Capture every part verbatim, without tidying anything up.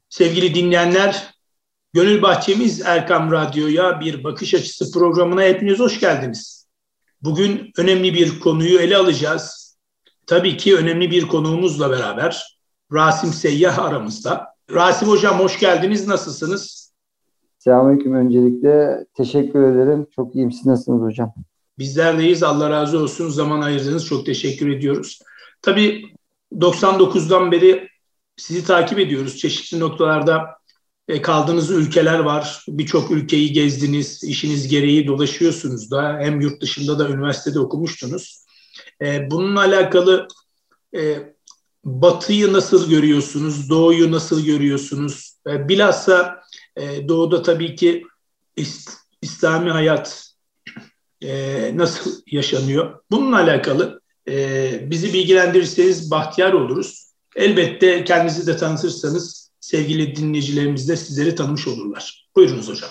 Sevgili dinleyenler, Gönül Bahçemiz Erkam Radyo'ya bir bakış açısı programına hepiniz hoş geldiniz. Bugün önemli bir konuyu ele alacağız. Tabii ki önemli bir konuğumuzla beraber Rasim Seyyah aramızda. Rasim Hocam hoş geldiniz, nasılsınız? Selamünaleyküm. Öncelikle teşekkür ederim. Çok iyiyim. Siz nasılsınız hocam? Bizler deyiz. Allah razı olsun. Zaman ayırdınız. Çok teşekkür ediyoruz. Tabii doksan dokuzdan beri sizi takip ediyoruz. Çeşitli noktalarda kaldığınız ülkeler var. Birçok ülkeyi gezdiniz. İşiniz gereği dolaşıyorsunuz da. Hem yurt dışında da üniversitede okumuştunuz. Bununla alakalı Batı'yı nasıl görüyorsunuz? Doğu'yu nasıl görüyorsunuz? Bilhassa Doğu'da tabii ki İslami hayat nasıl yaşanıyor? Bununla alakalı bizi bilgilendirirseniz bahtiyar oluruz. Elbette kendinizi de tanıtırsanız sevgili dinleyicilerimiz de sizleri tanımış olurlar. Buyurunuz hocam.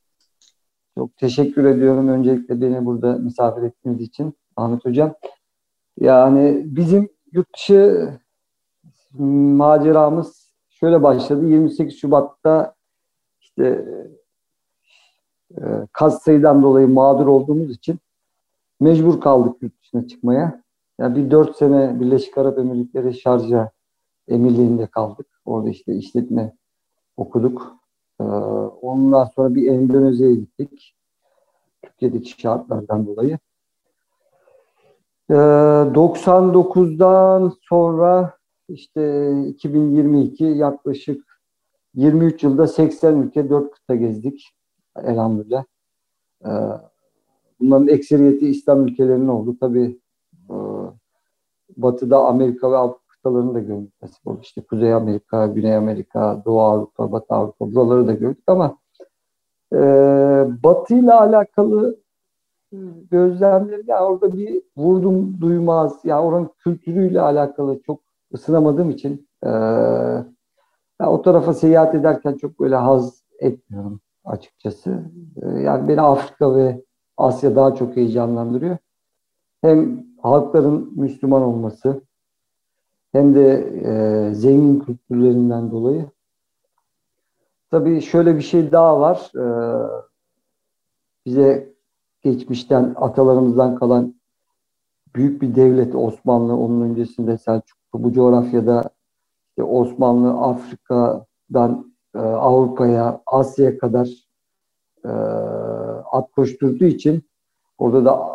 Çok teşekkür ediyorum öncelikle beni burada misafir ettiğiniz için Ahmet hocam. Yani bizim yurt dışı maceramız şöyle başladı. yirmi sekiz Şubat'ta işte e, kas sayıdan dolayı mağdur olduğumuz için mecbur kaldık yurt dışına çıkmaya. Yani bir dört sene Birleşik Arap Emirlikleri Şarja Emirliği'nde kaldık. Orada işte işletme okuduk. Ee, ondan sonra bir Endonezya'ya gittik. Türkiye'deki şartlardan dolayı. Ee, doksan dokuzdan sonra işte iki bin yirmi iki yaklaşık yirmi üç yılda seksen ülke, dört kıta gezdik. Elhamdülillah. Ee, bunların ekseriyeti İslam ülkelerinin oldu. Tabii e, Batı'da Amerika ve Avrupa kıtalarını da görmek nasip oldu. İşte Kuzey Amerika, Güney Amerika, Doğu Avrupa, Batı Avrupa buraları da gördük ama e, Batı ile alakalı gözlemleri ya orada bir vurdum duymaz ya oranın kültürüyle alakalı çok ısınamadığım için e, ya o tarafa seyahat ederken çok böyle haz etmiyorum açıkçası. E, yani beni Afrika ve Asya daha çok heyecanlandırıyor. Hem halkların Müslüman olması hem de e, zengin kültürlerinden dolayı. Tabii şöyle bir şey daha var. E, bize geçmişten, atalarımızdan kalan büyük bir devlet Osmanlı, onun öncesinde Selçuklu. Bu coğrafyada işte Osmanlı, Afrika'dan e, Avrupa'ya, Asya'ya kadar e, at koşturduğu için orada da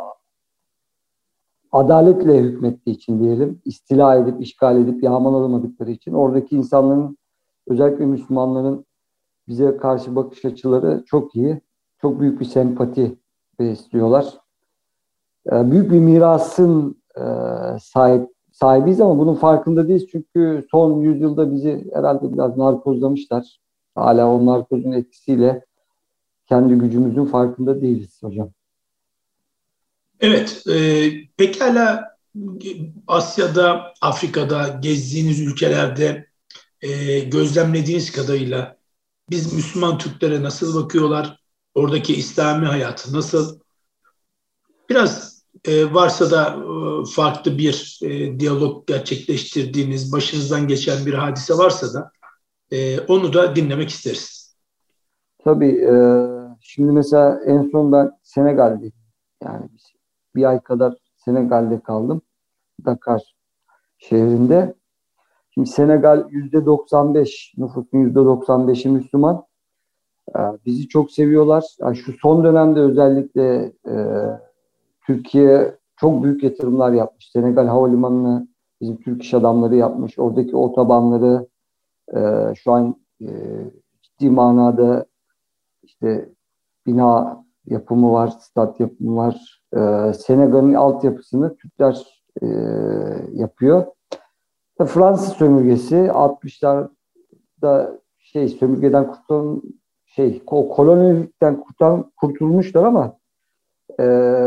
adaletle hükmettiği için diyelim, istila edip, işgal edip yağmalamadıkları için oradaki insanların, özellikle Müslümanların bize karşı bakış açıları çok iyi. Çok büyük bir sempati besliyorlar. Büyük bir mirasın sahip sahibiyiz ama bunun farkında değiliz. Çünkü son yüzyılda bizi herhalde biraz narkozlamışlar. Hala o narkozun etkisiyle kendi gücümüzün farkında değiliz hocam. Evet, e, pekala Asya'da, Afrika'da gezdiğiniz ülkelerde e, gözlemlediğiniz kadarıyla biz Müslüman Türklere nasıl bakıyorlar? Oradaki İslami hayatı nasıl? Biraz e, varsa da e, farklı bir e, diyalog gerçekleştirdiğiniz, başınızdan geçen bir hadise varsa da e, onu da dinlemek isteriz. Tabii. E, şimdi mesela en son ben Senegal'deyim. Yani bir ay kadar Senegal'de kaldım. Dakar şehrinde. Şimdi Senegal yüzde doksan beş, nüfusun yüzde doksan beşi Müslüman. E, bizi çok seviyorlar. Yani şu son dönemde özellikle e, Türkiye çok büyük yatırımlar yapmış. Senegal Havalimanı'nı bizim Türk iş adamları yapmış. Oradaki otobanları e, şu an e, ciddi manada işte bina yapımı var, stat yapımı var. E, Senegal'in altyapısını Türkler e, yapıyor. Fransız sömürgesi altmışlarda şey sömürgeden kurtulan şey kolonilikten kurtulan, kurtulmuşlar ama e,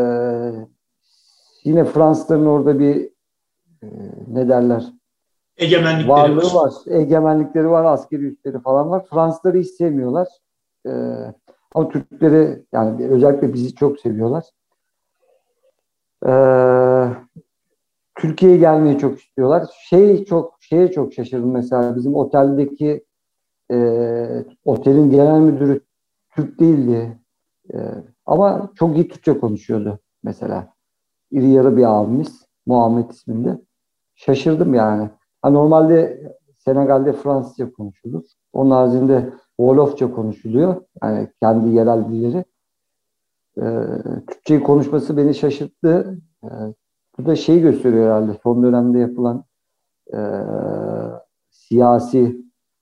yine Fransızların orada bir e, ne derler? Egemenlikleri Varlığı var. var. Egemenlikleri var, askeri üsleri falan var. Fransızları hiç sevmiyorlar. E, ama Türkleri yani özellikle bizi çok seviyorlar. E, Türkiye'ye gelmeyi çok istiyorlar. Şey çok şeye çok şaşırdım mesela bizim oteldeki e, otelin genel müdürü Türk değildi. E, ama çok iyi Türkçe konuşuyordu mesela. İri yarı bir abimiz. Muhammed isminde. Şaşırdım yani. Ha, normalde Senegal'de Fransızca konuşulur. Onun haricinde Wolofça konuşuluyor. Yani kendi yerel dilleri. E, Türkçeyi konuşması beni şaşırttı. E, bu da şeyi gösteriyor herhalde. Son dönemde yapılan e, siyasi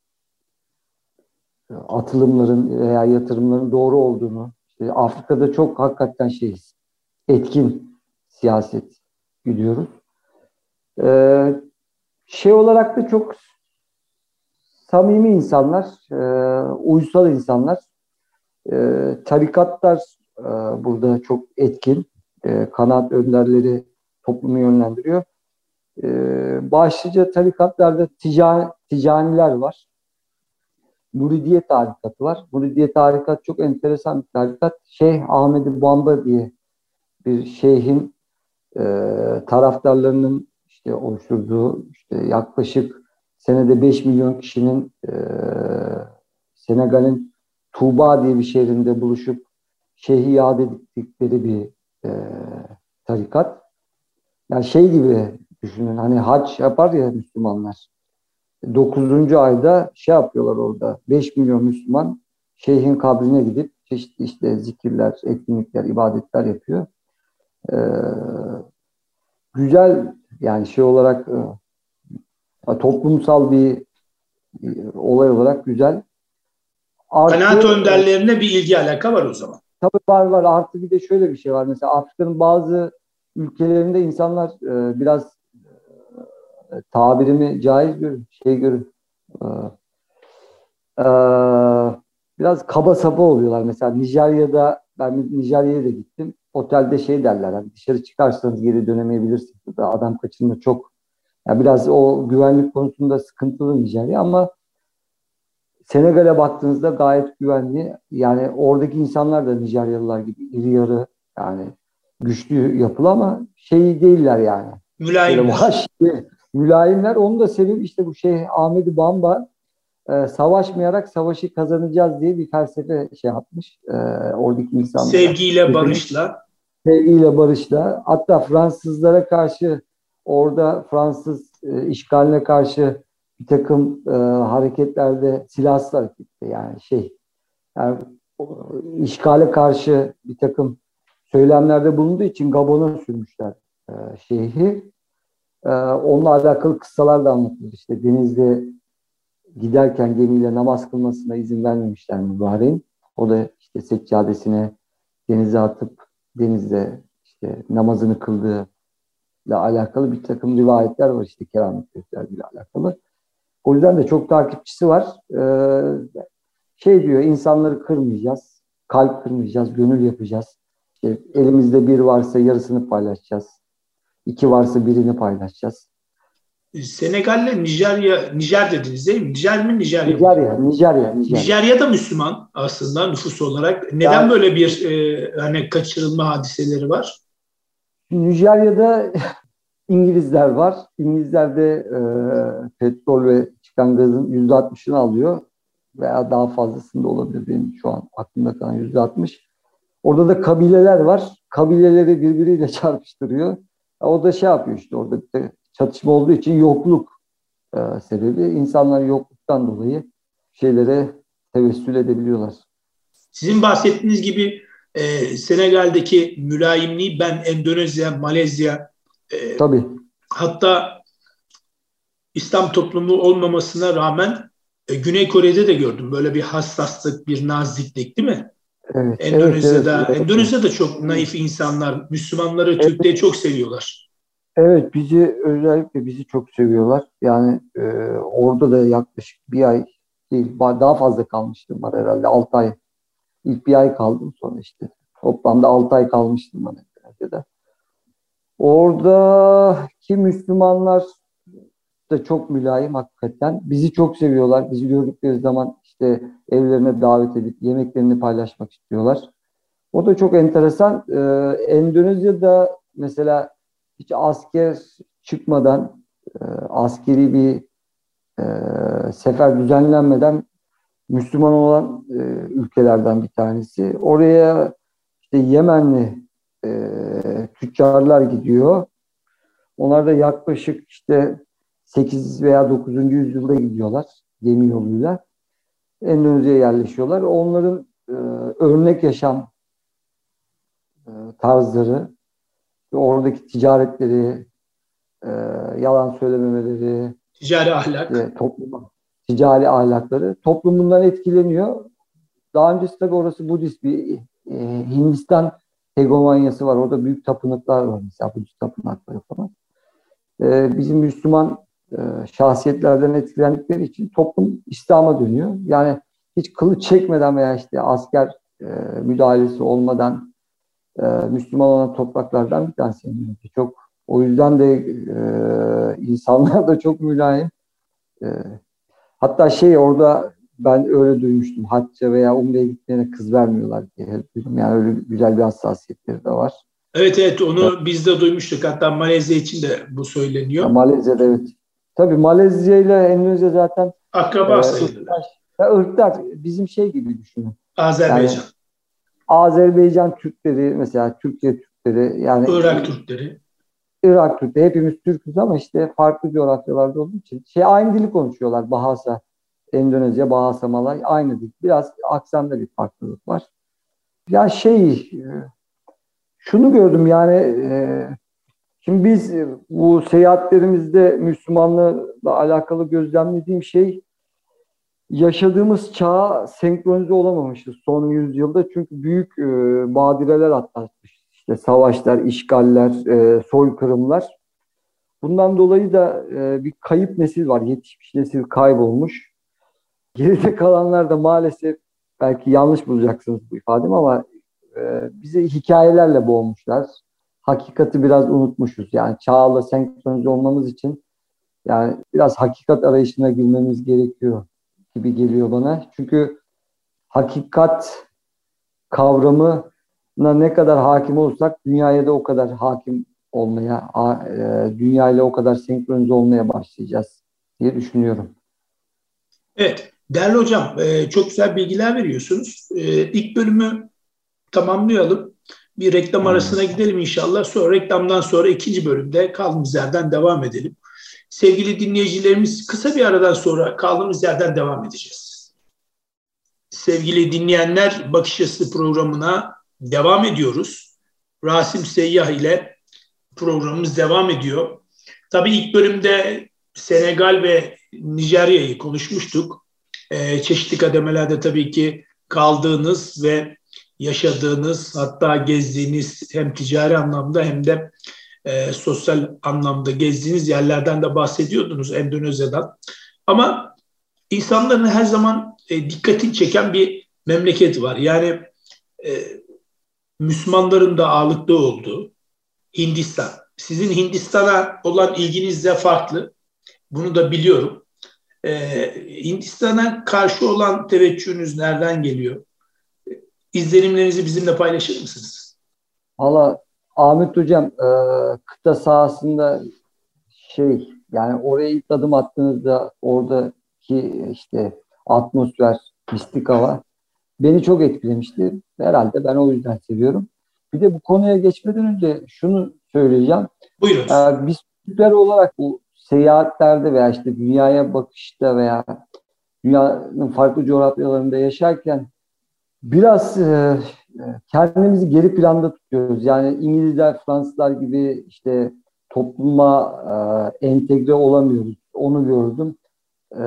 atılımların veya yatırımların doğru olduğunu. İşte Afrika'da çok hakikaten şeyiz. Etkin siyaset gidiyoruz. Ee, şey olarak da çok samimi insanlar, e, uysal insanlar. E, tarikatlar e, burada çok etkin. E, kanaat önderleri toplumu yönlendiriyor. E, başlıca tarikatlarda tica, ticaniler var. Muridiye tarikatı var. Muridiye tarikat çok enteresan bir tarikat. Şeyh Ahmed-i Bamba diye bir şeyhin e, taraftarlarının işte oluşturduğu işte yaklaşık senede beş milyon kişinin e, Senegal'in Touba diye bir şehrinde buluşup şeyhi yad ettikleri bir e, tarikat. Yani şey gibi düşünün, hani hac yapar ya Müslümanlar. Dokuzuncu ayda şey yapıyorlar orada. beş milyon Müslüman şeyhin kabrine gidip çeşitli işte zikirler, etkinlikler, ibadetler yapıyor. Ee, güzel yani şey olarak e, toplumsal bir e, olay olarak güzel. Kanaat Artı önderlerine bir ilgi alaka var o zaman. tabii var var. Artı bir de şöyle bir şey var. Mesela Afrika'nın bazı ülkelerinde insanlar e, biraz e, tabirimi caiz görün, şey görün. E, e, biraz kaba saba oluyorlar. Mesela Nijerya'da ben Nijerya'ya da gittim. Otelde şey derler. Hani dışarı çıkarsanız geri dönemeyebilirsiniz. Da adam kaçırma çok. Yani biraz o güvenlik konusunda sıkıntılı Nijerya ama Senegal'e baktığınızda gayet güvenli. Yani oradaki insanlar da Nijeryalılar gibi iri yarı yani güçlü yapılı ama şey değiller yani. Böyle Mülayimler. vahşi, mülayimler. Onu da sebebi işte bu şey Ahmedi Bamba e, savaşmayarak savaşı kazanacağız diye bir felsefe şey yapmış. E, oradaki insanlara. Sevgiyle, Getirmiş. barışla. Sevgiyle, barışla. Hatta Fransızlara karşı orada Fransız e, işgaline karşı bir takım e, hareketlerde silahsız harekette yani şey yani, o, işgale karşı bir takım söylemlerde bulunduğu için Gabon'a sürmüşler e, şeyhi. E, onunla alakalı kıssalar da anlatılır. İşte denizde giderken gemiyle namaz kılmasına izin vermemişler mübareğin. O da işte seccadesine denize atıp denizde işte namazını kıldığı ile alakalı bir takım rivayetler var işte keramet gösterdiğiyle alakalı. O yüzden de çok takipçisi var. Ee, şey diyor insanları kırmayacağız, kalp kırmayacağız, gönül yapacağız. İşte elimizde bir varsa yarısını paylaşacağız. İki varsa birini paylaşacağız. Senegal'le Nijerya, Nijer dediniz değil mi? Nijer mi, Nijerya mı? Nijerya, Nijerya, Nijerya. Nijerya da Müslüman aslında nüfus olarak. Neden Yani böyle bir e, hani kaçırılma hadiseleri var? Nijerya'da İngilizler var. İngilizler de e, petrol ve çıkan gazın yüzde altmışını alıyor. Veya daha fazlasında olabilir benim şu an aklımda kalan yüzde altmış. Orada da kabileler var. Kabileleri birbiriyle çarpıştırıyor. O da şey yapıyor işte orada bir çatışma olduğu için yokluk e, sebebi. İnsanlar yokluktan dolayı şeylere tevessül edebiliyorlar. Sizin bahsettiğiniz gibi e, Senegal'deki mülayimliği ben Endonezya, Malezya, e, Tabii. hatta İslam toplumu olmamasına rağmen e, Güney Kore'de de gördüm. Böyle bir hassaslık, bir naziklik değil mi? Evet, evet, evet. Endonezya'da, Evet, Endonezya'da çok naif insanlar, Müslümanları, evet, Türkleri çok seviyorlar. evet, bizi özellikle bizi çok seviyorlar. Yani e, orada da yaklaşık bir ay değil, daha fazla kalmıştım var herhalde. altı ay. İlk bir ay kaldım sonra işte. Toplamda altı ay kalmıştım ben Endonezya'da. Oradaki Müslümanlar da çok mülayim hakikaten. Bizi çok seviyorlar. Bizi gördükleri zaman işte evlerine davet edip yemeklerini paylaşmak istiyorlar. O da çok enteresan. Ee, Endonezya'da mesela hiç asker çıkmadan e, askeri bir e, sefer düzenlenmeden Müslüman olan e, ülkelerden bir tanesi. Oraya işte Yemenli e, tüccarlar gidiyor. Onlar da yaklaşık işte sekiz veya dokuzuncu yüzyılda gidiyorlar gemi yoluyla. Endonezya'ya yerleşiyorlar. Onların e, örnek yaşam e, tarzları, oradaki ticaretleri, e, yalan söylememeleri, Ticari ahlak. işte toplum, ticari ahlakları toplumundan etkileniyor. Daha öncesi tabii orası Budist bir e, Hindistan hegemonyası var. Orada büyük tapınaklar var mesela Budist tapınakları falan. E, bizim Müslüman e, şahsiyetlerden etkilendikleri için toplum İslam'a dönüyor. Yani hiç kılıç çekmeden veya işte asker e, müdahalesi olmadan e, Müslüman olan topraklardan bir tanesi. Çok o yüzden de e, insanlar da çok mülayim. E, hatta şey orada ben öyle duymuştum. Hacca veya Umre'ye gitmeyene kız vermiyorlar diye duydum. Yani öyle güzel bir hassasiyetleri de var. Evet evet onu Evet. biz de duymuştuk. Hatta Malezya için de bu söyleniyor. Ya Malezya'da evet. Tabii Malezya ile Endonezya zaten e, Akraba sayılır. ırklar, ya ırklar bizim şey gibi düşünün. Yani Azerbaycan, Azerbaycan Türkleri mesela Türkiye Türkleri yani Irak Türkleri. Irak Türkleri hepimiz Türk'üz ama işte farklı coğrafyalarda olduğu için şey aynı dili konuşuyorlar. Bahasa, Endonezya, Bahasa Malay aynı dil. Biraz aksanda bir farklılık var. Ya şey e, şunu gördüm yani e, şimdi biz e, bu seyahatlerimizde Müslümanlıkla alakalı gözlemlediğim şey yaşadığımız çağa senkronize olamamışız son yüzyılda. Çünkü büyük e, badireler atlatmış. İşte savaşlar, işgaller, e, soykırımlar. Bundan dolayı da e, bir kayıp nesil var. Yetişmiş nesil kaybolmuş. Geride kalanlar da maalesef belki yanlış bulacaksınız bu ifademi ama e, bizi hikayelerle boğmuşlar. Hakikati biraz unutmuşuz. Yani çağla senkronize olmamız için yani biraz hakikat arayışına girmemiz gerekiyor gibi geliyor bana. Çünkü hakikat kavramına ne kadar hakim olursak dünyaya da o kadar hakim olmaya, dünyayla o kadar senkronize olmaya başlayacağız diye düşünüyorum. Evet, değerli hocam, e, çok güzel bilgiler veriyorsunuz. E, ilk bölümü tamamlayalım. Bir reklam arasına gidelim inşallah. Sonra reklamdan sonra ikinci bölümde kaldığımız yerden devam edelim. Sevgili dinleyicilerimiz, kısa bir aradan sonra kaldığımız yerden devam edeceğiz. Sevgili dinleyenler, Bakış Açısı programına devam ediyoruz. Rasim Seyyah ile programımız devam ediyor. Tabii ilk bölümde Senegal ve Nijerya'yı konuşmuştuk. Ee, çeşitli kademelerde tabii ki kaldığınız ve yaşadığınız, hatta gezdiğiniz hem ticari anlamda hem de e, sosyal anlamda gezdiğiniz yerlerden de bahsediyordunuz, Endonezya'dan. Ama insanların her zaman e, dikkatini çeken bir memleket var. Yani e, Müslümanların da ağırlıkta olduğu Hindistan. Sizin Hindistan'a olan ilginiz de farklı. Bunu da biliyorum. Ee, Hindistan'a karşı olan teveccühünüz nereden geliyor? İzlenimlerinizi bizimle paylaşır mısınız? Valla Ahmet Hocam e, kıta sahasında şey yani oraya ilk adım attığınızda oradaki işte atmosfer, mistik hava beni çok etkilemişti. Herhalde ben o yüzden seviyorum. Bir de bu konuya geçmeden önce şunu söyleyeceğim. Buyurunuz. Ee, biz Türkler olarak bu seyahatlerde veya işte dünyaya bakışta veya dünyanın farklı coğrafyalarında yaşarken biraz e, kendimizi geri planda tutuyoruz. Yani İngilizler, Fransızlar gibi işte topluma e, entegre olamıyoruz. Onu gördüm. E,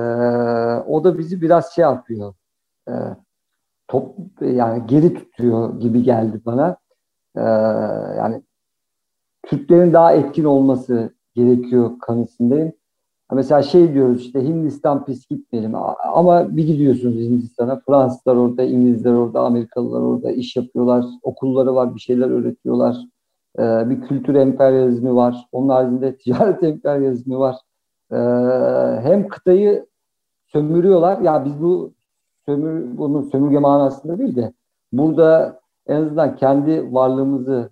o da bizi biraz şey yapıyor. E, top, yani geri tutuyor gibi geldi bana. E, yani Türklerin daha etkin olması gerekiyor kanısındayım. Mesela şey diyoruz işte Hindistan pis gitmeyelim ama bir gidiyorsunuz Hindistan'a Fransızlar orada, İngilizler orada, Amerikalılar orada iş yapıyorlar, okulları var, bir şeyler öğretiyorlar. Ee, bir kültür emperyalizmi var. Onun haricinde ticaret emperyalizmi var. Ee, hem kıtayı sömürüyorlar. Ya biz bu sömür, bunun sömürge manasında değil de burada en azından kendi varlığımızı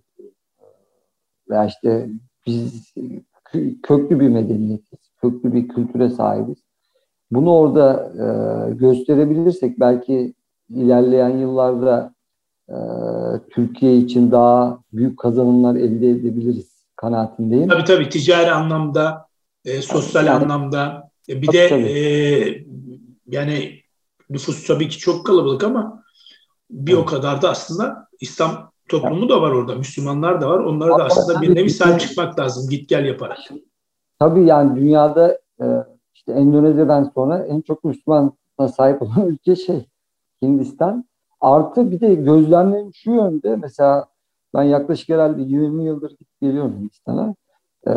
veya işte biz köklü bir medeniyetiz, köklü bir kültüre sahibiz. Bunu orada e, gösterebilirsek belki ilerleyen yıllarda e, Türkiye için daha büyük kazanımlar elde edebiliriz kanaatindeyim. Tabii tabii, ticari anlamda, e, sosyal Yani anlamda, e, bir de tabii tabii. e, yani nüfus tabii ki çok kalabalık ama bir o Evet. kadar da aslında İslam Ya, toplumu da var orada. Müslümanlar da var. Onlara da ama aslında bir tabii nevi sahip bizim, çıkmak lazım git gel yaparak. tabii yani dünyada e, işte Endonezya'dan sonra en çok Müslümana sahip olan ülke şey Hindistan. Artı bir de gözlemlerim şu yönde. Mesela ben yaklaşık herhalde yirmi yıldır gidip geliyorum Hindistan'a. E,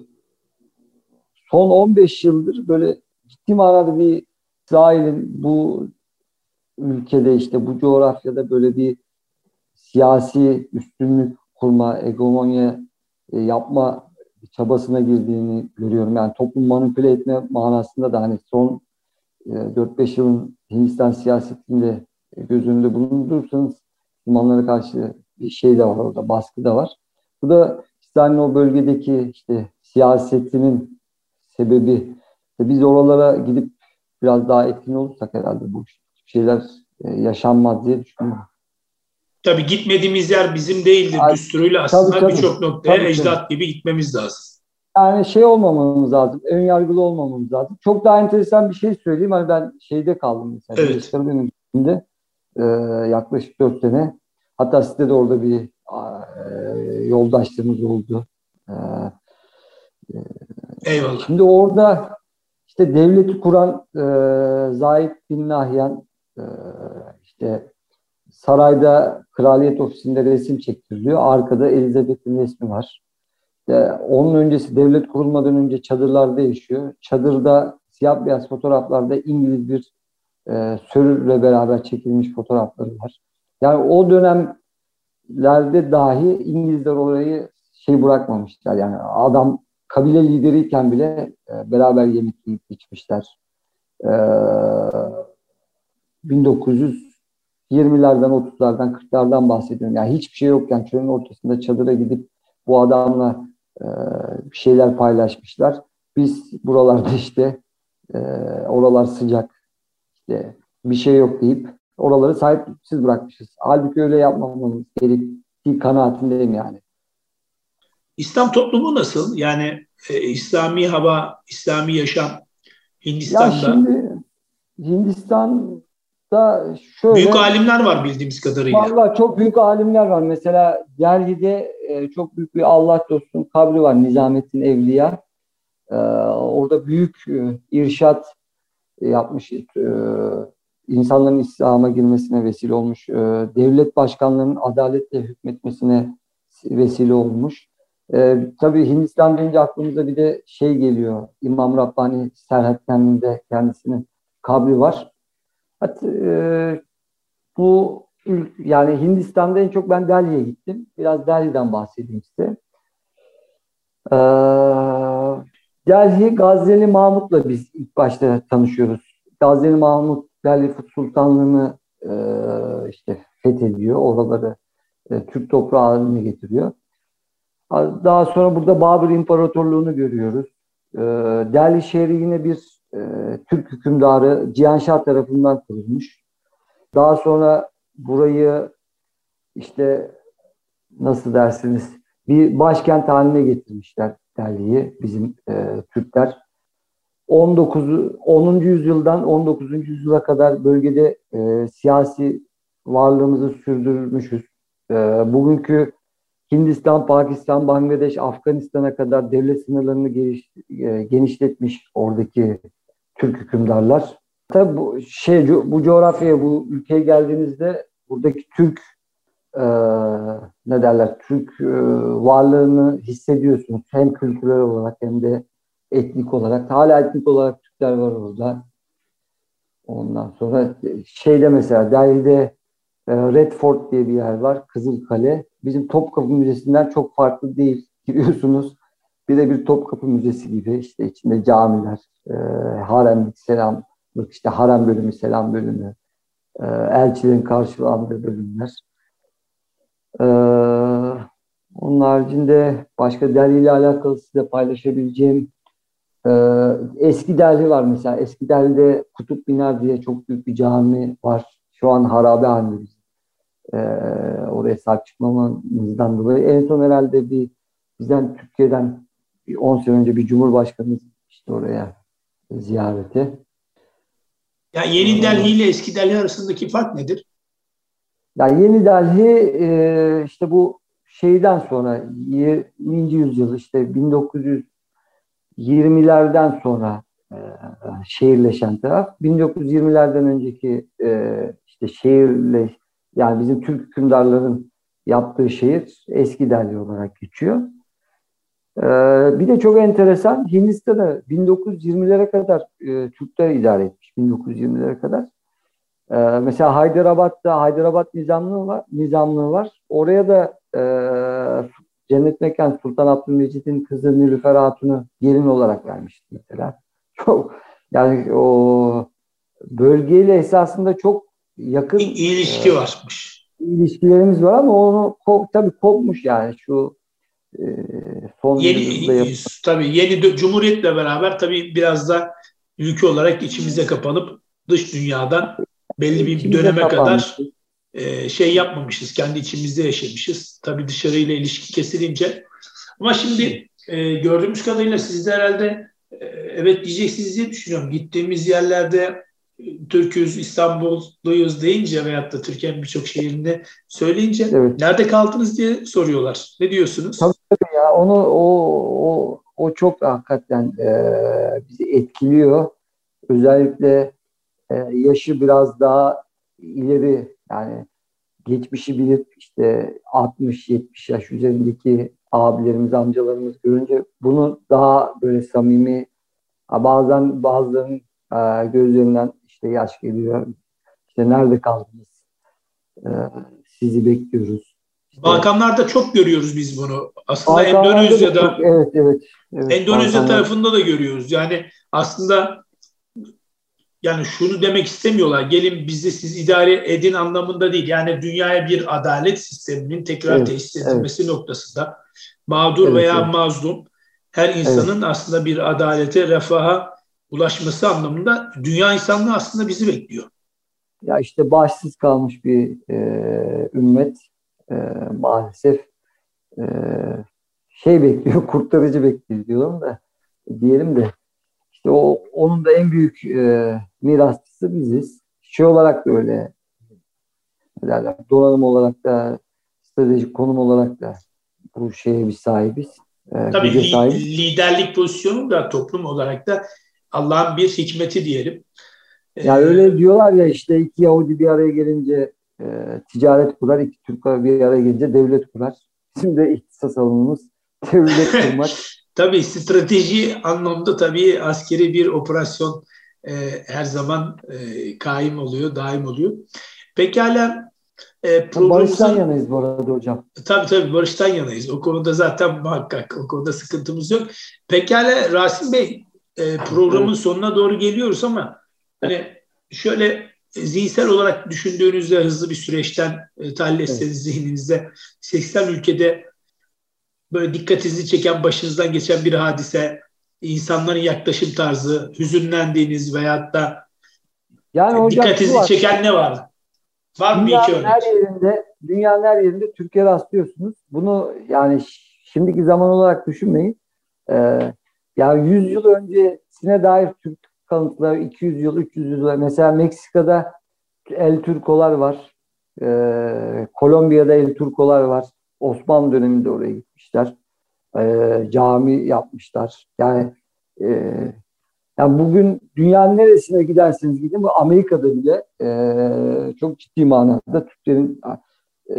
Son on beş yıldır böyle ciddi manada bir İsrail'in bu ülkede işte bu coğrafyada böyle bir siyasi üstünlük kurma, hegemonya e, yapma çabasına girdiğini görüyorum. Yani toplum manipüle etme manasında da hani son e, dört beş yılın Hindistan siyasetinde e, göz önünde bulundurursanız Müslümanlara karşı bir şey de var orada, baskı da var. Bu da İsrail'in o bölgedeki işte siyasetinin sebebi. İşte biz oralara gidip biraz daha etkin olursak herhalde bu şeyler e, yaşanmaz diye düşünüyorum. Tabii gitmediğimiz yer bizim değildir Ay, düsturuyla tabii aslında tabii. birçok noktaya Tabii tabii. ecdat gibi gitmemiz lazım. Yani şey olmamamız lazım. Ön yargılı olmamamız lazım. Çok daha enteresan bir şey söyleyeyim. Hani ben şeyde kaldım mesela. Birleşik Evet. Arap Emirlikleri'nde e, yaklaşık dört sene. Hatta sizde de orada bir e, yoldaşlığımız oldu. E, Eyvallah. Şimdi orada işte devleti kuran e, Zahid bin Nahyan e, işte sarayda kraliyet ofisinde resim çektiriliyor. Arkada Elizabeth'in resmi var. İşte onun öncesi devlet kurulmadan önce çadırlarda yaşıyor. Çadırda siyah beyaz fotoğraflarda İngiliz bir e, sörürle beraber çekilmiş fotoğrafları var. Yani o dönemlerde dahi İngilizler orayı şey bırakmamışlar. Yani adam kabile lideriyken bile e, beraber yemek yiyip içmişler. E, bin dokuz yüz yirmilerden, otuzlardan, kırklardan bahsediyorum. Yani hiçbir şey yokken çölün ortasında çadıra gidip bu adamla e, bir şeyler paylaşmışlar. Biz buralarda işte e, oralar sıcak, işte bir şey yok deyip oraları sahipsiz bırakmışız. Halbuki öyle yapmamamız gerektiği kanaatindeyim yani. İslam toplumu nasıl? Yani e, İslami hava, İslami yaşam Ya Hindistan'da şimdi Hindistan'da büyük şöyle alimler var bildiğimiz kadarıyla. vallahi çok büyük alimler var. Mesela Delhi'de e, çok büyük bir Allah dostunun kabri var. Nizamettin Evliya. E, orada büyük e, irşat yapmış. E, insanların İslam'a girmesine vesile olmuş. E, devlet başkanlarının adaletle hükmetmesine vesile olmuş. E, tabii Hindistan deyince aklımıza bir de şey geliyor. İmam Rabbani Serhat'te kendisinin kabri var. Hatta, e, bu yani Hindistan'da en çok ben Delhi'ye gittim. Biraz Delhi'den bahsedeyim size. Ee, Delhi Gazneli Mahmut'la biz ilk başta tanışıyoruz. Gazneli Mahmut Delhi Sultanlığı'nı e, işte fethediyor. Oraları e, Türk toprağı haline getiriyor. Daha sonra burada Babür İmparatorluğu'nu görüyoruz. E, Delhi şehri yine bir e, Türk hükümdarı Cihanşah tarafından kurulmuş. Daha sonra burayı işte nasıl dersiniz bir başkent haline getirmişler Delhi'yi bizim e, Türkler. on dokuz onuncu yüzyıldan on dokuzuncu yüzyıla kadar bölgede e, siyasi varlığımızı sürdürmüşüz. E, bugünkü Hindistan, Pakistan, Bangladeş, Afganistan'a kadar devlet sınırlarını geniş, e, genişletmiş oradaki Türk hükümdarlar. Tabii bu şey bu coğrafyaya, bu ülkeye geldiğinizde buradaki Türk e, ne derler Türk e, varlığını hissediyorsunuz. Hem kültürel olarak hem de etnik olarak. Hala etnik olarak Türkler var orada. Ondan sonra şeyde mesela Delhi'de e, Red Fort diye bir yer var. Kızılkale. Bizim Topkapı Müzesi'nden çok farklı değil. Giriyorsunuz. Bir de bir Topkapı Müzesi gibi işte içinde camiler, e, haremlik selam, işte harem bölümü, selam bölümü, e, elçilerin karşılandığı bölümler. Ee, Onun haricinde başka Delhi ile alakalı size paylaşabileceğim Ee, Eski Delhi var mesela. Eski Delhi'de Kutub Minar diye çok büyük bir cami var. Şu an harabe halinde. Ee, Oraya sahip çıkmamızdan dolayı. En son herhalde bir bizden Türkiye'den bir on sene önce bir Cumhurbaşkanımız işte oraya ziyarete. Ya Yeni Delhi ile Eski Delhi arasındaki fark nedir? Yani Yeni Delhi e, işte bu şeyden sonra yirminci yüzyıl işte bin dokuz yüz yirmilerden sonra e, şehirleşen taraf. bin dokuz yüz yirmilerden önceki e, işte şehirle yani bizim Türk hükümdarların yaptığı şehir Eski Delhi olarak geçiyor. E, Bir de çok enteresan Hindistan'ı bin dokuz yüz yirmilere kadar e, Türkler idare etmiş. bin dokuz yüz yirmilere kadar. Ee, mesela Haydarabad'da Haydarabad Nizamlığı var, Nizamlığı var. Oraya da e, Cennet Mekan Sultan Abdülmecit'in kızı Nilüfer Hatun'u gelin olarak vermişti mesela. Çok yani o bölgeyle esasında çok yakın İ- ilişki e, varmış. ilişkilerimiz var ama onu ko- tabii kopmuş yani şu e, son yüzyılda Yeni yapılan. tabii yeni dö- Cumhuriyet'le beraber tabii biraz da ülke olarak içimize kapanıp dış dünyadan belli bir İçimize döneme kapanmış. kadar e, şey yapmamışız. Kendi içimizde yaşamışız. Tabii dışarıyla ilişki kesilince. Ama şimdi e, gördüğümüz kadarıyla siz de herhalde e, evet diyeceksiniz diye düşünüyorum. Gittiğimiz yerlerde e, Türk'üz, İstanbulluyuz deyince veyahut da Türkiye'nin birçok şehrinde söyleyince Evet. nerede kaldınız diye soruyorlar. Ne Tabii diyorsunuz? tabii ya onu o o o çok hakikaten e, bizi etkiliyor. Özellikle e, yaşı biraz daha ileri yani geçmişi bilip işte altmış yetmiş yaş üzerindeki abilerimiz, amcalarımız görünce bunu daha böyle samimi ha, bazen bazılarının e, gözlerinden işte yaş geliyor. İşte nerede kaldınız? E, Sizi bekliyoruz. İşte Balkanlarda çok görüyoruz biz bunu. Aslında Balkanlarda da çok Endonezya'da evet evet evet Endonezya Balkanlar tarafında da görüyoruz. Yani aslında yani şunu demek istemiyorlar. Gelin bizi siz idare edin anlamında değil. Yani dünyaya bir adalet sisteminin tekrar evet tesis evet edilmesi noktasında mağdur evet veya evet mazlum her evet. insanın aslında bir adalete, refaha ulaşması anlamında dünya insanlığı aslında bizi bekliyor. Ya işte başsız kalmış bir e, ümmet e, maalesef e, şey bekliyor, kurtarıcı bekliyor diyorum da diyelim de işte o onun da en büyük e, mirasçısı biziz. Şey olarak da öyle ne derler, donanım olarak da stratejik konum olarak da bu şeye biz sahibiz. E, Tabii güce li- sahibiz. liderlik pozisyonu da toplum olarak da Allah'ın bir hikmeti diyelim. Yani Ee, öyle diyorlar ya işte iki Yahudi bir araya gelince e, ticaret kurar, iki Türk bir araya gelince devlet kurar. Bizim de ihtisas alanımız devlet kurmak. Tabii strateji anlamda tabii askeri bir operasyon e, her zaman e, kaim oluyor, daim oluyor. Pekala e, Barıştan programımızın yanayız bu arada hocam. tabii tabii barıştan yanayız. O konuda zaten muhakkak o konuda sıkıntımız yok. Pekala Rasim Bey e, programın Evet. sonuna doğru geliyoruz ama hani şöyle zihinsel olarak düşündüğünüzde hızlı bir süreçten e, tahlil Evet. etseniz zihninizde seksen ülkede böyle dikkatinizi çeken, başınızdan geçen bir hadise, insanların yaklaşım tarzı, hüzünlendiğiniz veyahut da Yani e, hocam şu dikkatinizi var. çeken ne var? Var mı bir iki Dünyanın her örnek? yerinde dünyanın her yerinde Türkiye rastlıyorsunuz. Bunu yani şimdiki zaman olarak düşünmeyin. Ee, Yani yüz yıl öncesine dair Türk kalıntıları iki yüz yıl, üç yüz yıl. Mesela Meksika'da El Turkolar var. Ee, Kolombiya'da El Turkolar var. Osmanlı döneminde oraya gitmişler. Ee, cami yapmışlar. Yani e, yani bugün dünyanın neresine giderseniz gidin, bu Amerika'da bile e, çok ciddi manada Türklerin e,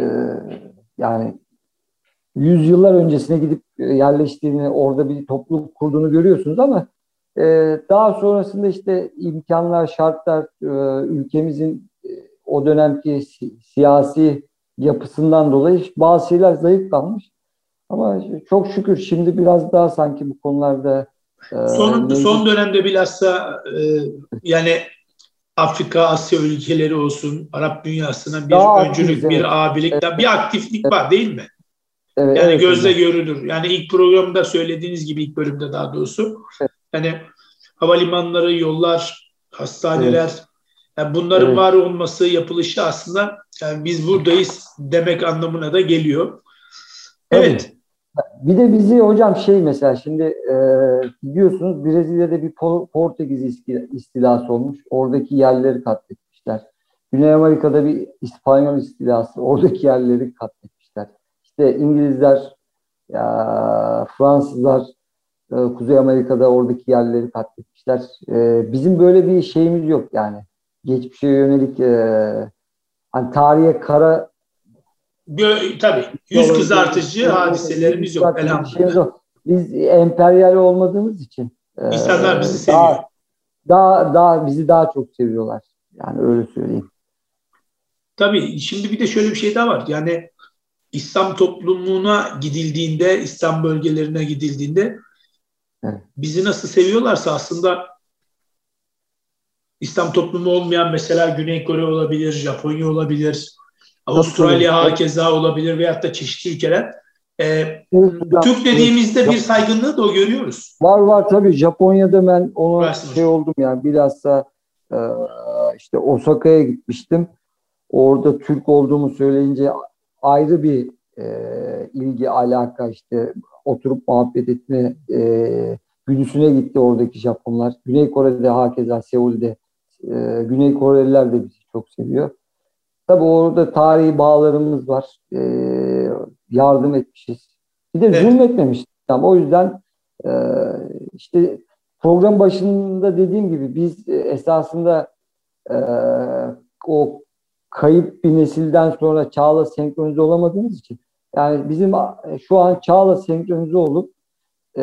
yani yüzyıllar öncesine gidip e, yerleştiğini, orada bir topluluk kurduğunu görüyorsunuz ama e, daha sonrasında işte imkanlar, şartlar, e, ülkemizin e, o dönemki si- siyasi yapısından dolayı bazı şeyler zayıf kalmış. Ama çok şükür şimdi biraz daha sanki bu konularda e, Son, son mevcut dönemde bilhassa e, yani Afrika, Asya ülkeleri olsun, Arap dünyasına bir daha aktiviz, öncülük, evet. bir abilik, Evet, bir aktiflik var değil mi? evet, Yani evet gözle hocam. görülür. Yani ilk programda söylediğiniz gibi ilk bölümde daha doğrusu Yani havalimanları, yollar, hastaneler, Evet. yani bunların Evet. var olması, yapılışı aslında yani biz buradayız demek anlamına da geliyor. Tabii. Evet, Bir de bizi hocam şey mesela şimdi e, biliyorsunuz Brezilya'da bir Po- Portekiz isti- istilası olmuş. Oradaki yerleri katletmişler. Güney Amerika'da bir İspanyol istilası. Oradaki yerleri katletmişler. İşte İngilizler, ya, Fransızlar e, Kuzey Amerika'da oradaki yerleri katletmişler. E, bizim böyle bir şeyimiz yok yani. Geçmişe yönelik e, hani tarihe kara gö- tabii yüz olabileceğimiz kızartıcı hadiselerimiz yok bir şeyimiz elhamdülillah. yok. Biz emperyal olmadığımız için e, İnsanlar bizi seviyor. daha daha daha bizi daha çok seviyorlar. Yani öyle söyleyeyim. Tabii şimdi bir de şöyle bir şey daha var. Yani İslam toplumuna gidildiğinde, İslam bölgelerine gidildiğinde Evet. bizi nasıl seviyorlarsa aslında İslam toplumu olmayan mesela Güney Kore olabilir, Japonya olabilir, Tabii tabii. Avustralya O, hakeza olabilir veyahut da çeşitli ülkeler. Ee, evet, hocam, Türk evet. dediğimizde bir Jap- saygınlığı da o görüyoruz. Var var tabii. Japonya'da ben onu Rasim şey Hocam. oldum yani bilhassa e, işte Osaka'ya gitmiştim. Orada Türk olduğumu söyleyince ayrı bir e, ilgi, alaka işte oturup muhabbet etme e, güdüsüne gitti oradaki Japonlar. Güney Kore'de hakeza Seul'de e, Güney Koreliler de bizi çok seviyor. Tabii orada tarihi bağlarımız var. E, yardım etmişiz. Bir de Evet, zulmetmemişiz. Yani o yüzden e, işte program başında dediğim gibi biz e, esasında e, o kayıp bir nesilden sonra çağla senkronize olamadığımız için yani bizim şu an çağla senkronize olup e,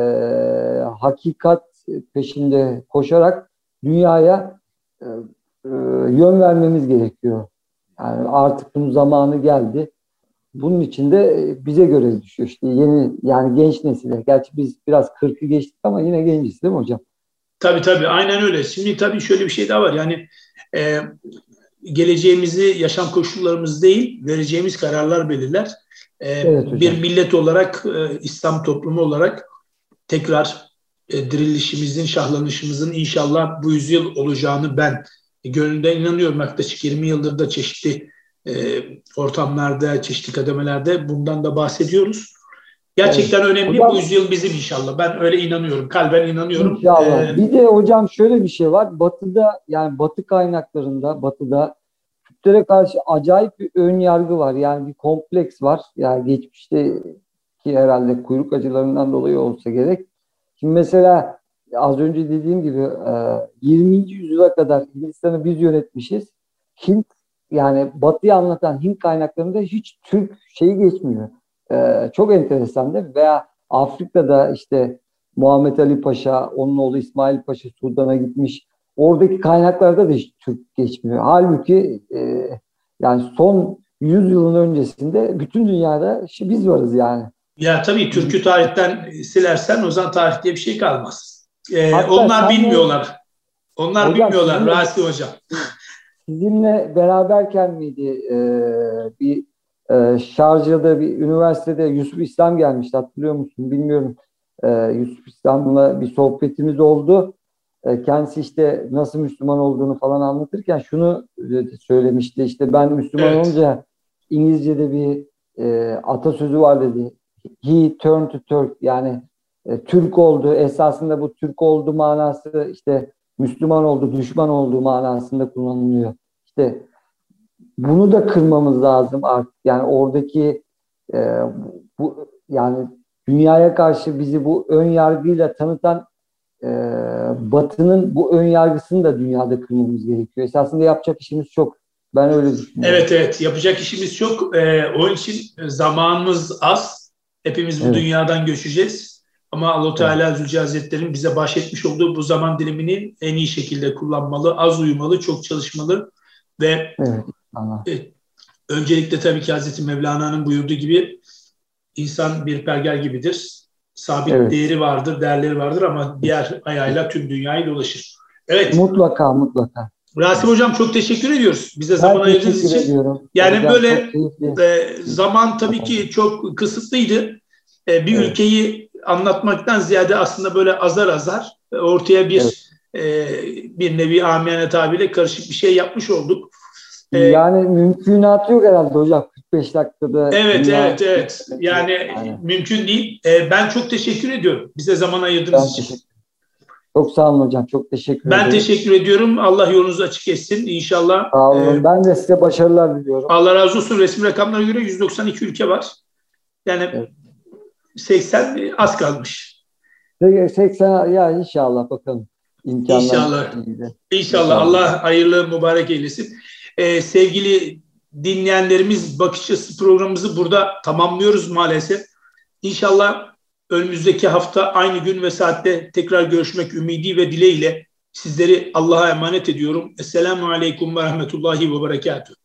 hakikat peşinde koşarak dünyaya e, e, yön vermemiz gerekiyor. Yani artık bunun zamanı geldi. Bunun için de bize göre düşüyor işte yeni yani genç nesile. Gerçi biz biraz kırkı geçtik ama yine genciz değil mi hocam? tabii tabii aynen öyle. Şimdi tabii şöyle bir şey daha var. Yani e, geleceğimizi yaşam koşullarımız değil, vereceğimiz kararlar belirler. E, Evet bir hocam. millet olarak, e, İslam toplumu olarak tekrar e, dirilişimizin, şahlanışımızın inşallah bu yüzyıl olacağını ben e, gönülden inanıyorum. Yaklaşık yirmi yıldır da çeşitli e, ortamlarda, çeşitli kademelerde bundan da bahsediyoruz. Evet. Gerçekten önemli. Bu Hocam yüzyıl bizim inşallah. Ben öyle inanıyorum. Kalben inanıyorum. E, İnşallah. Bir de hocam şöyle bir şey var. Batı'da yani Batı kaynaklarında, Batı'da Türklere karşı acayip bir ön yargı var. Yani bir kompleks var. Yani geçmişte ki herhalde kuyruk acılarından dolayı olsa gerek. Şimdi mesela az önce dediğim gibi e, yirminci yüzyıla kadar Hindistan'ı biz yönetmişiz. Hint yani Batı'yı anlatan Hint kaynaklarında hiç Türk şeyi geçmiyor. E, çok enteresan değil mi? Veya Afrika'da işte Muhammed Ali Paşa, onun oğlu İsmail Paşa Sudan'a gitmiş. Oradaki kaynaklarda da hiç Türk geçmiyor. Halbuki e, yani son yüz yılın öncesinde bütün dünyada biz varız yani. Ya tabii Biz, Türk'ü tarihten silersen o zaman tarih diye bir şey kalmaz. E, hatta onlar senle bilmiyorlar. Onlar hocam bilmiyorlar sizinle Rasi Hocam. sizinle beraberken miydi e, bir e, Şarja'da bir üniversitede Yusuf İslam gelmişti hatırlıyor musun bilmiyorum. E, Yusuf İslam'la bir sohbetimiz oldu. E, kendisi işte nasıl Müslüman olduğunu falan anlatırken şunu söylemişti. İşte ben Müslüman Evet. olunca İngilizce'de bir e, atasözü var dedi. He turned to Turk yani e, Türk oldu. Esasında bu Türk oldu manası işte Müslüman oldu, düşman olduğu manasında kullanılıyor. İşte bunu da kırmamız lazım artık. Yani oradaki e, bu yani dünyaya karşı bizi bu ön yargıyla tanıtan e, Batı'nın bu ön yargısını da dünyada kırmamız gerekiyor. Esasında yapacak işimiz çok. Ben öyle düşünüyorum. Evet evet yapacak işimiz çok. Ee, onun için zamanımız az. Hepimiz bu Evet, dünyadan göçeceğiz. Ama Allah-u evet, Teala Zülce Hazretleri'nin bize bahşetmiş olduğu bu zaman dilimini en iyi şekilde kullanmalı, az uyumalı, çok çalışmalı ve evet. Allah. e, öncelikle tabii ki Hazreti Mevlana'nın buyurduğu gibi insan bir pergel gibidir. Sabit Evet. değeri vardır, değerleri vardır ama diğer ayağıyla tüm dünyayı dolaşır. Evet, Mutlaka, mutlaka. Rasim Evet. Hocam çok teşekkür ediyoruz bize zaman Ben ayırdığınız teşekkür için. ediyorum. Yani Hocam çok böyle keyifli. e, zaman tabii ki çok kısıtlıydı. E, bir Evet, ülkeyi anlatmaktan ziyade aslında böyle azar azar ortaya bir Evet. e, bir nevi amiyane tabirle karışık bir şey yapmış olduk. E, Yani mümkünatı yok herhalde hocam. kırk beş dakikada evet, dünya... evet, evet. Yani Aynen. mümkün değil. E, ben çok teşekkür ediyorum bize zaman ayırdığınız Ben için. teşekkür Çok sağ olun hocam. Çok teşekkür Ben ederim. teşekkür ediyorum. Allah yolunuzu açık etsin. İnşallah. Sağ E, olun. Ben de size başarılar diliyorum. Allah razı olsun. Resmi rakamlara göre yüz doksan iki ülke var. Yani Evet. seksen az kalmış. seksen ya inşallah bakalım. İmkanlar İnşallah. iyiydi. İnşallah. İnşallah. Allah hayırlı mübarek eylesin. Ee, sevgili dinleyenlerimiz, Bakış Açısı programımızı burada tamamlıyoruz maalesef. İnşallah önümüzdeki hafta aynı gün ve saatte tekrar görüşmek ümidi ve dileğiyle sizleri Allah'a emanet ediyorum. Esselamu Aleyküm ve Rahmetullahi ve Berekatuhu.